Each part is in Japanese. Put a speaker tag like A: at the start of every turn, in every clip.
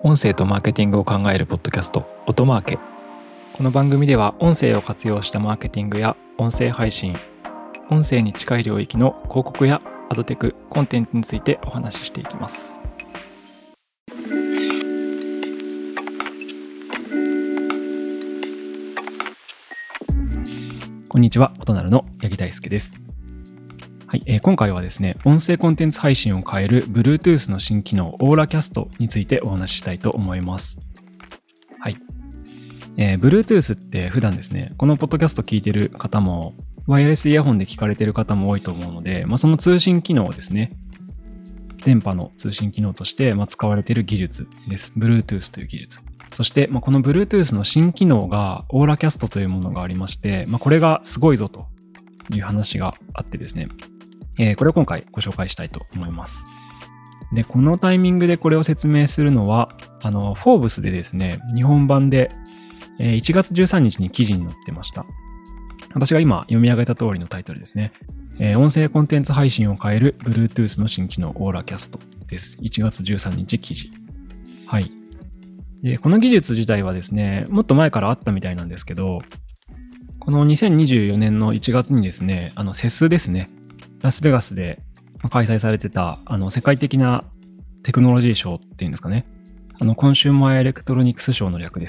A: 音声とマーケティングを考えるポッドキャスト音マーケ。この番組では音声を活用したマーケティングや音声配信、音声に近い領域の広告やアドテク、コンテンツについてお話ししていきます。こんにちは、音なるの八木大輔です。はい、今回はですね、音声コンテンツ配信を変える Bluetooth の新機能 AuraCast についてお話ししたいと思います。はい、Bluetooth って普段ですね、このポッドキャスト聞いてる方もワイヤレスイヤホンで聞かれてる方も多いと思うので、その通信機能ですね、電波の通信機能として使われている技術です。Bluetooth という技術。そして、この Bluetooth の新機能が AuraCast というものがありまして、これがすごいぞという話があってですね、これを今回ご紹介したいと思います。で、このタイミングでこれを説明するのは、フォーブスでですね、日本版で1月13日に記事に載ってました。私が今読み上げた通りのタイトルですね。音声コンテンツ配信を変える Bluetooth の新機能 AuraCast です。1月13日記事。はい。で、この技術自体はですね、もっと前からあったみたいなんですけど、この2024年の1月にですね、CES ですね。ラスベガスで開催されてた世界的なテクノロジーショーっていうんですかね。コンシューマーエレクトロニクスショーの略で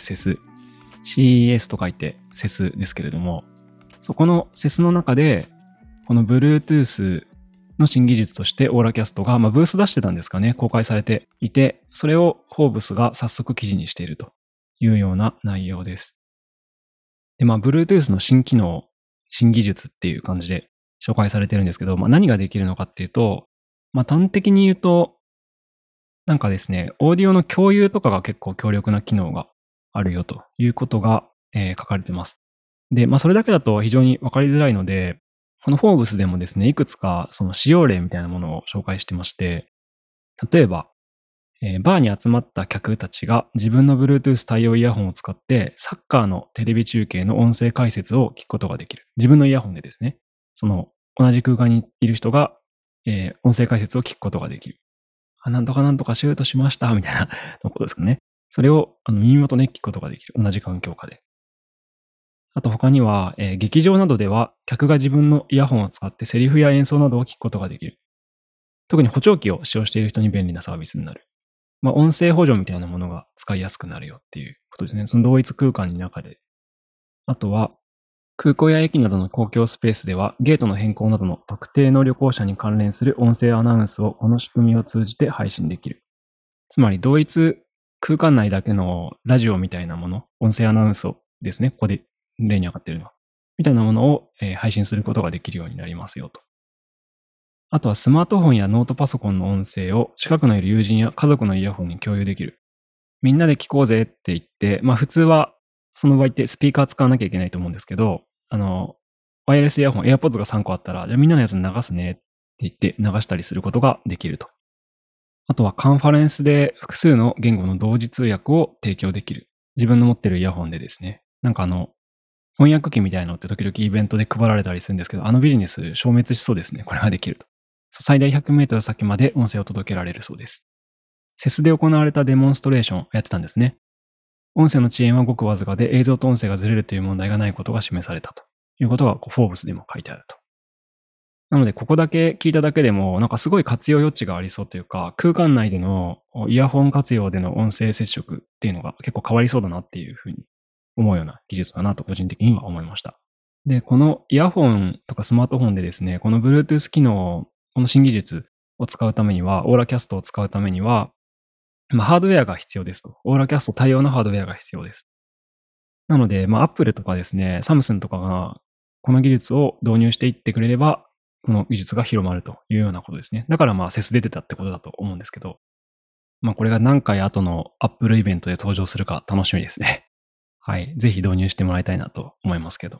A: CES。CES と書いて CES ですけれども、そこの CES の中で、この Bluetooth の新技術として AuraCast がブース出してたんですかね、公開されていて、それをフォーブスが早速記事にしているというような内容です。で、Bluetooth の新機能、新技術っていう感じで紹介されてるんですけど、何ができるのかっていうと、端的に言うと、なんかですね、オーディオの共有とかが結構強力な機能があるよということが、書かれてます。で、それだけだと非常にわかりづらいので、このフォーブスでもですね、いくつかその使用例みたいなものを紹介してまして、例えば、バーに集まった客たちが自分の Bluetooth 対応イヤホンを使ってサッカーのテレビ中継の音声解説を聞くことができる。自分のイヤホンでですね、その同じ空間にいる人が、音声解説を聞くことができる。なんとかなんとかシュートしましたみたいなことですかね。それを耳元で聞くことができる。同じ環境下で。あと他には、劇場などでは客が自分のイヤホンを使ってセリフや演奏などを聞くことができる。特に補聴器を使用している人に便利なサービスになる。音声補助みたいなものが使いやすくなるよっていうことですね。その同一空間の中で。あとは、空港や駅などの公共スペースでは、ゲートの変更などの特定の旅行者に関連する音声アナウンスをこの仕組みを通じて配信できる。つまり、同一空間内だけのラジオみたいなもの、音声アナウンスをですね、ここで例に上がっているのは、みたいなものを配信することができるようになりますよと。あとはスマートフォンやノートパソコンの音声を近くのいる友人や家族のイヤホンに共有できる。みんなで聞こうぜって言って、普通はその場合ってスピーカー使わなきゃいけないと思うんですけど、ワイヤレスイヤホン、AirPods が3個あったら、じゃあみんなのやつ流すねって言って流したりすることができると。あとはカンファレンスで複数の言語の同時通訳を提供できる。自分の持ってるイヤホンでですね。翻訳機みたいなのって時々イベントで配られたりするんですけど、ビジネス消滅しそうですね。これができると。最大100メートル先まで音声を届けられるそうです。CES で行われたデモンストレーションをやってたんですね。音声の遅延はごくわずかで映像と音声がずれるという問題がないことが示されたということがフォーブスでも書いてあると。なのでここだけ聞いただけでもすごい活用余地がありそうというか、空間内でのイヤホン活用での音声接触っていうのが結構変わりそうだなっていうふうに思うような技術だなと個人的には思いました。で、このイヤホンとかスマートフォンでですね、この Bluetooth 機能、この新技術を使うためには、AuraCast を使うためには、ハードウェアが必要ですと。AuraCast 対応のハードウェアが必要です。なので、Apple とかですね、サムスンとかがこの技術を導入していってくれれば、この技術が広まるというようなことですね。だからCES出てたってことだと思うんですけど、これが何回後の Apple イベントで登場するか楽しみですね。はい。ぜひ導入してもらいたいなと思いますけど。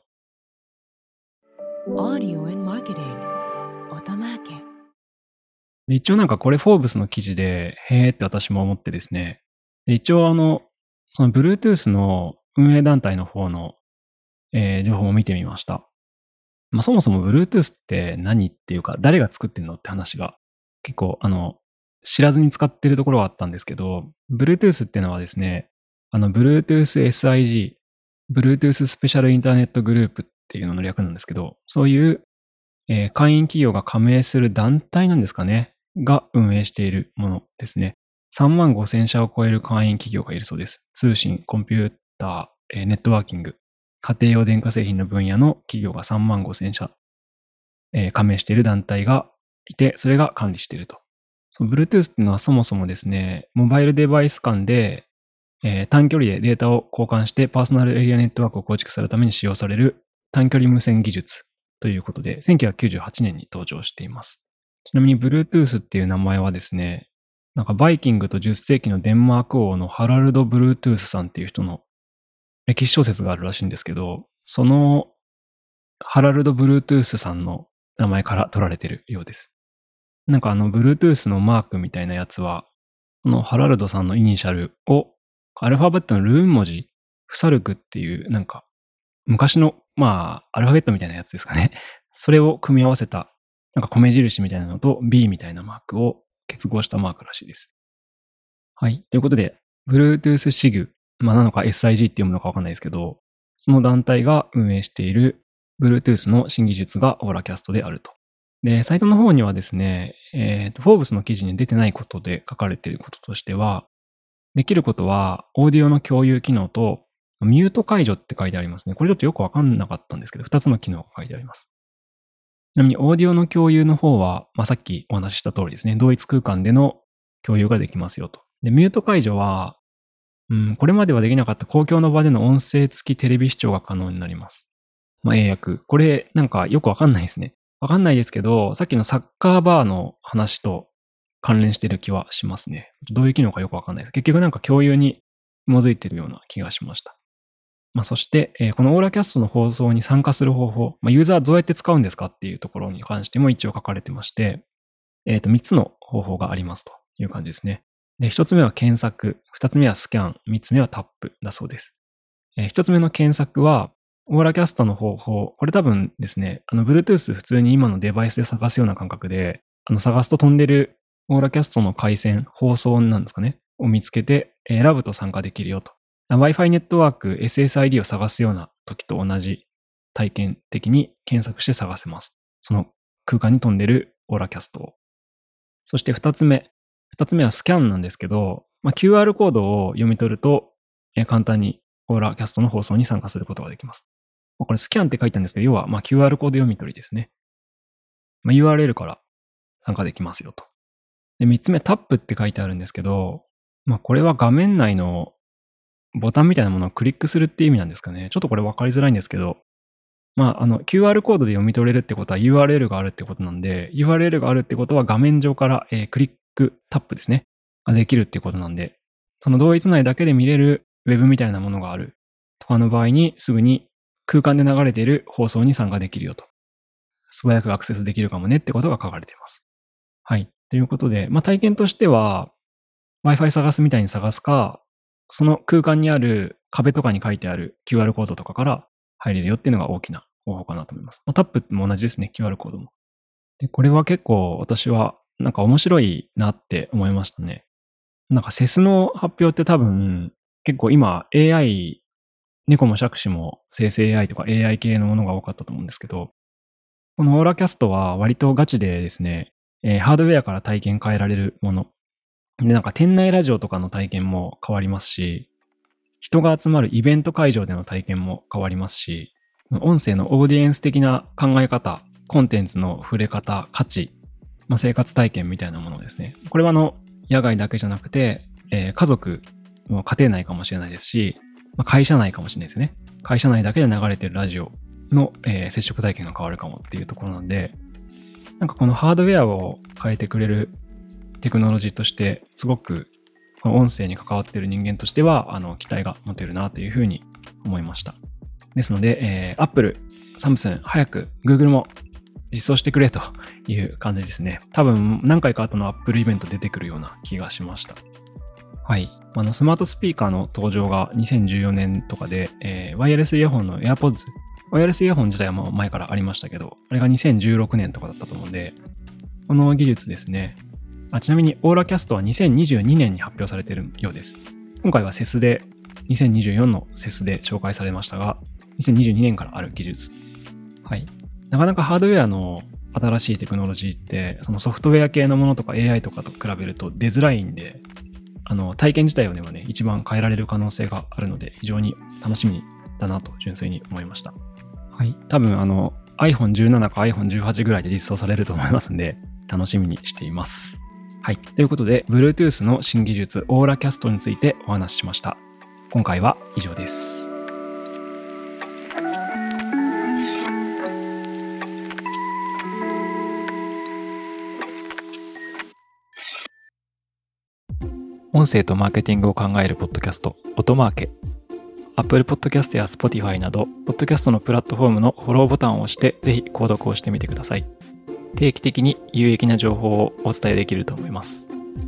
B: Audio and Marketing音マーケ。
A: で一応これフォーブスの記事で、へーって私も思ってですね。で一応その Bluetooth の運営団体の方の、情報を見てみました。そもそも Bluetooth って何っていうか、誰が作ってんのって話が結構知らずに使ってるところはあったんですけど、Bluetooth っていうのはですね、Bluetooth SIG、Bluetooth スペシャルインターネットグループっていうのの略なんですけど、そういう、会員企業が加盟する団体なんですかね、が運営しているものですね。35,000社を超える会員企業がいるそうです。通信、コンピューター、ネットワーキング、家庭用電化製品の分野の企業が35,000社、加盟している団体がいて、それが管理していると。Bluetooth っていうのはそもそもですね、モバイルデバイス間で、短距離でデータを交換してパーソナルエリアネットワークを構築するために使用される短距離無線技術ということで、1998年に登場しています。ちなみに Bluetooth っていう名前はですね、なんかバイキングと10世紀のデンマーク王のハラルド・ブルートゥースさんっていう人の歴史小説があるらしいんですけど、そのハラルド・ブルートゥースさんの名前から取られているようです。なんかBluetooth のマークみたいなやつは、このハラルドさんのイニシャルをアルファベットのルーン文字、フサルクっていうなんか昔のアルファベットみたいなやつですかね。それを組み合わせたなんか米印みたいなのと B みたいなマークを結合したマークらしいです。はい。ということで、Bluetooth SIG、なのか SIG っていうものかわかんないですけど、その団体が運営している Bluetooth の新技術がオーラキャストであると。で、サイトの方にはですね、Forbes の記事に出てないことで書かれていることとしては、できることは、オーディオの共有機能と、ミュート解除って書いてありますね。これちょっとよくわかんなかったんですけど、2つの機能が書いてあります。ちなみに、オーディオの共有の方は、さっきお話しした通りですね、同一空間での共有ができますよと。で、ミュート解除は、これまではできなかった公共の場での音声付きテレビ視聴が可能になります。英訳。これ、なんかよくわかんないですね。わかんないですけど、さっきのサッカーバーの話と関連してる気はしますね。どういう機能かよくわかんないです。結局なんか共有に紐づいてるような気がしました。そして、このオーラキャストの放送に参加する方法、ユーザーどうやって使うんですかっていうところに関しても一応書かれてまして、3つの方法がありますという感じですね。で、1つ目は検索、2つ目はスキャン、3つ目はタップだそうです。1つ目の検索は、オーラキャストの方法、これ多分ですね、Bluetooth 普通に今のデバイスで探すような感覚で、探すと飛んでるオーラキャストの回線、放送なんですかね、を見つけて、選ぶと参加できるよと。Wi-Fi ネットワーク、SSID を探すような時と同じ体験的に検索して探せます。その空間に飛んでるオーラキャストを。そして2つ目はスキャンなんですけど、QR コードを読み取ると、簡単にオーラキャストの放送に参加することができます。これスキャンって書いたんですけど、要はQR コード読み取りですね。URL から参加できますよと。で、3つ目、タップって書いてあるんですけど、これは画面内のボタンみたいなものをクリックするっていう意味なんですかね。ちょっとこれ分かりづらいんですけど、QR コードで読み取れるってことは URL があるってことなんで、URL があるってことは画面上から、クリック、タップですね。ができるってことなんで、その同一内だけで見れるウェブみたいなものがあるとかの場合にすぐに空間で流れている放送に参加できるよと。素早くアクセスできるかもねってことが書かれています。はい。ということで、体験としては Wi-Fi 探すみたいに探すか、その空間にある壁とかに書いてある QR コードとかから入れるよっていうのが大きな方法かなと思います。タップも同じですね、QR コードも。で、これは結構私はなんか面白いなって思いましたね。なんかセスの発表って多分結構今 AI、猫も杓子も生成 AI とか AI 系のものが多かったと思うんですけど、このオーラキャストは割とガチでですね、ハードウェアから体験変えられるもの。で、なんか店内ラジオとかの体験も変わりますし、人が集まるイベント会場での体験も変わりますし、音声のオーディエンス的な考え方、コンテンツの触れ方、価値、生活体験みたいなものですね。これは野外だけじゃなくて、家族の家庭内かもしれないですし、会社内かもしれないですね。会社内だけで流れてるラジオの、接触体験が変わるかもっていうところなんで、なんかこのハードウェアを変えてくれるテクノロジーとして、すごくこの音声に関わっている人間としては、期待が持てるなというふうに思いました。ですので、Apple、Samsung、早く Google も実装してくれという感じですね。多分何回か後の Apple イベント出てくるような気がしました。はい。スマートスピーカーの登場が2014年とかで、ワイヤレスイヤホンの AirPods、ワイヤレスイヤホン自体はもう前からありましたけど、あれが2016年とかだったと思うんで、この技術ですね。 ちなみにオーラキャストは2022年に発表されているようです。今回はCESで2024のCESで紹介されましたが、2022年からある技術。はい。なかなかハードウェアの新しいテクノロジーって、そのソフトウェア系のものとか AI とかと比べると出づらいんで、体験自体をでもね、一番変えられる可能性があるので、非常に楽しみだなと純粋に思いました。はい。多分iPhone17 か iPhone18 ぐらいで実装されると思いますんで、楽しみにしています。はい。ということで、Bluetooth の新技術、オーラキャストについてお話ししました。今回は以上です。音声とマーケティングを考えるポッドキャスト、音マーケ。Apple Podcast や Spotify など、ポッドキャストのプラットフォームのフォローボタンを押して、ぜひ購読をしてみてください。定期的に有益な情報をお伝えできると思います。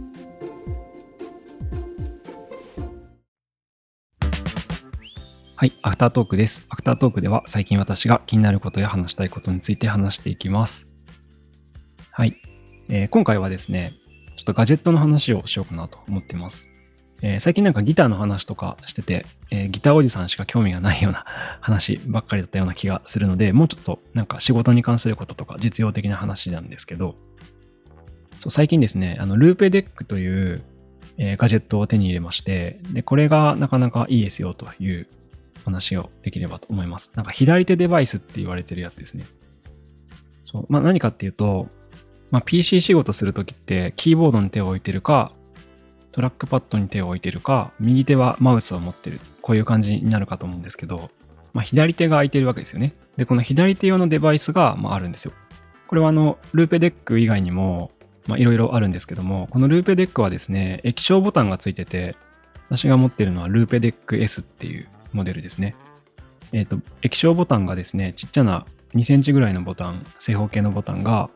A: はい、アフタートークです。アフタートークでは最近私が気になることや話したいことについて話していきます。はい、今回はですね、ちょっとガジェットの話をしようかなと思っています。最近なんかギターの話とかしてて、ギターおじさんしか興味がないような話ばっかりだったような気がするので、もうちょっとなんか仕事に関することとか実用的な話なんですけど、そう最近ですね、ルーペデックという、ガジェットを手に入れまして、で、これがなかなかいいですよという話をできればと思います。なんか左手デバイスって言われてるやつですね。そう、何かっていうと、PC 仕事するときってキーボードに手を置いてるか、トラックパッドに手を置いてるか、右手はマウスを持ってる。こういう感じになるかと思うんですけど、左手が空いてるわけですよね。で、この左手用のデバイスが、あるんですよ。これはルーペデック以外にも、いろいろあるんですけども、このルーペデックはですね、液晶ボタンがついてて、私が持ってるのはルーペデック S っていうモデルですね。液晶ボタンがですね、ちっちゃな2センチぐらいのボタン、正方形のボタンが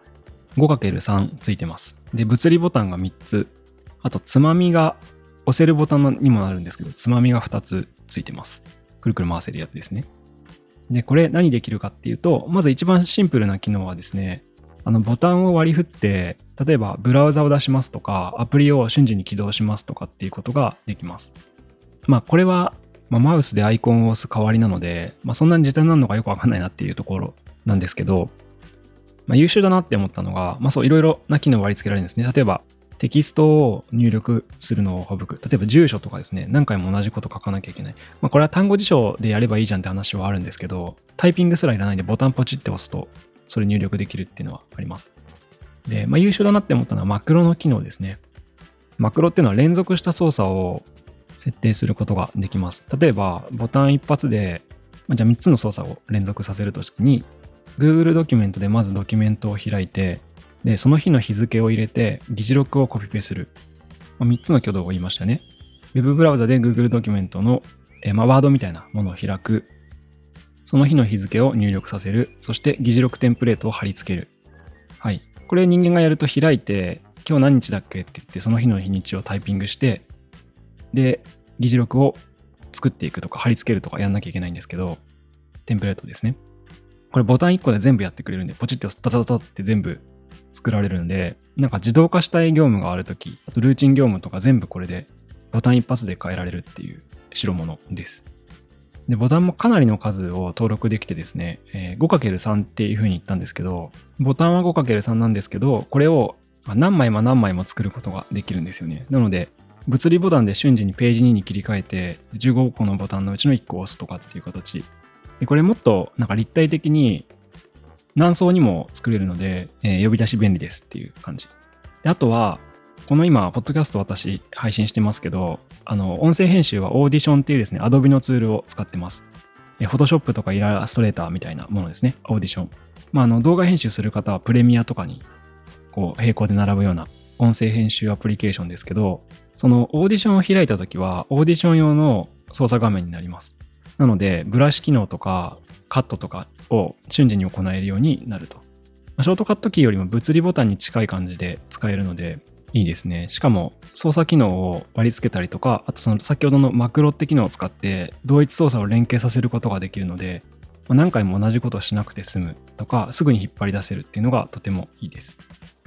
A: 5×3 ついてます。で、物理ボタンが3つ、あとつまみが押せるボタンにもなるんですけど、つまみが2つついてます。くるくる回せるやつですね。で、これ何できるかっていうと、まず一番シンプルな機能はですね、ボタンを割り振って、例えばブラウザを出しますとか、アプリを瞬時に起動しますとかっていうことができます。これは、マウスでアイコンを押す代わりなので、そんなに時短なのかよくわかんないなっていうところなんですけど、優秀だなって思ったのが、そういろいろな機能を割り付けられるんですね。例えば、テキストを入力するのを省く。例えば住所とかですね、何回も同じこと書かなきゃいけない。これは単語辞書でやればいいじゃんって話はあるんですけど、タイピングすらいらないんでボタンポチって押すと、それ入力できるっていうのはあります。で、優秀だなって思ったのはマクロの機能ですね。マクロっていうのは連続した操作を設定することができます。例えば、ボタン一発で、じゃあ3つの操作を連続させるときに、Google ドキュメントでまずドキュメントを開いて、で、その日の日付を入れて、議事録をコピペする。3つの挙動を言いましたね。Web ブラウザで Google ドキュメントの、ワードみたいなものを開く。その日の日付を入力させる。そして議事録テンプレートを貼り付ける。はい。これ人間がやると開いて、今日何日だっけって言って、その日の日にちをタイピングして、で、議事録を作っていくとか貼り付けるとかやんなきゃいけないんですけど、テンプレートですね。これボタン1個で全部やってくれるんで、ポチッと押すとタタタタって全部作られるんで、なんか自動化したい業務があるとき、あとルーチン業務とか全部これでボタン一発で変えられるっていう代物です。で、ボタンもかなりの数を登録できてですね、5×3 っていう風に言ったんですけど、ボタンは 5×3 なんですけど、これを何枚も何枚も作ることができるんですよね。なので、物理ボタンで瞬時にページ2に切り替えて、15個のボタンのうちの1個を押すとかっていう形。で、これもっとなんか立体的に何層にも作れるので、呼び出し便利ですっていう感じ。で、あとは、この今、ポッドキャスト私配信してますけど、音声編集はオーディションっていうですね、Adobe のツールを使ってます。Photoshop とかイラストレーターみたいなものですね、オーディション。動画編集する方はプレミアとかに、こう、並行で並ぶような音声編集アプリケーションですけど、そのオーディションを開いたときは、オーディション用の操作画面になります。なので、ブラシ機能とか、カットとかを瞬時に行えるようになると。ショートカットキーよりも物理ボタンに近い感じで使えるのでいいですね。しかも操作機能を割り付けたりとか、あとその先ほどのマクロって機能を使って同一操作を連携させることができるので、何回も同じことをしなくて済むとか、すぐに引っ張り出せるっていうのがとてもいいです。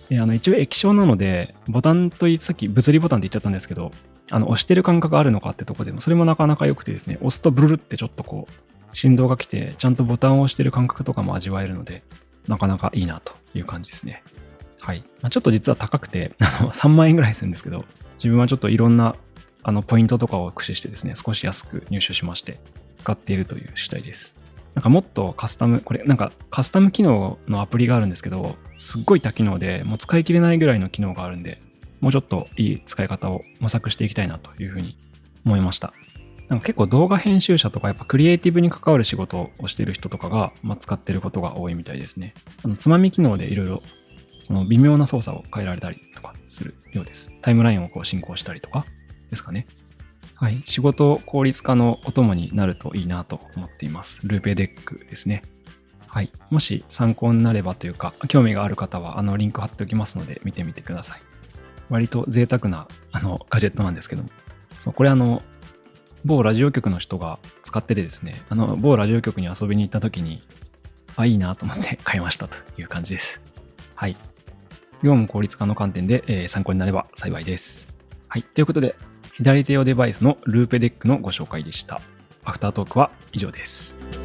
A: で一応液晶なので、ボタンとさっき物理ボタンって言っちゃったんですけど、押してる感覚あるのかってとこでも、それもなかなか良くてですね、押すとブルルってちょっとこう、振動が来て、ちゃんとボタンを押してる感覚とかも味わえるので、なかなかいいなという感じですね。はい。ちょっと実は高くて、3万円ぐらいするんですけど、自分はちょっといろんなポイントとかを駆使してですね、少し安く入手しまして、使っているという主体です。なんかもっとカスタム機能のアプリがあるんですけど、すっごい多機能で、もう使い切れないぐらいの機能があるんで、もうちょっといい使い方を模索していきたいなというふうに思いました。なんか結構動画編集者とかやっぱクリエイティブに関わる仕事をしている人とかが、使ってることが多いみたいですね。つまみ機能でいろいろその微妙な操作を変えられたりとかするようです。タイムラインをこう進行したりとかですかね。はい。仕事効率化のお供になるといいなと思っています。ルーペデックですね。はい。もし参考になればというか、興味がある方はリンク貼っておきますので見てみてください。割と贅沢なガジェットなんですけども。そう、これ某ラジオ局の人が使っててですね、某ラジオ局に遊びに行った時に、いいなと思って買いましたという感じです。はい。業務効率化の観点で、参考になれば幸いです。はい。ということで、左手用デバイスのルーペデックのご紹介でした。アフタートークは以上です。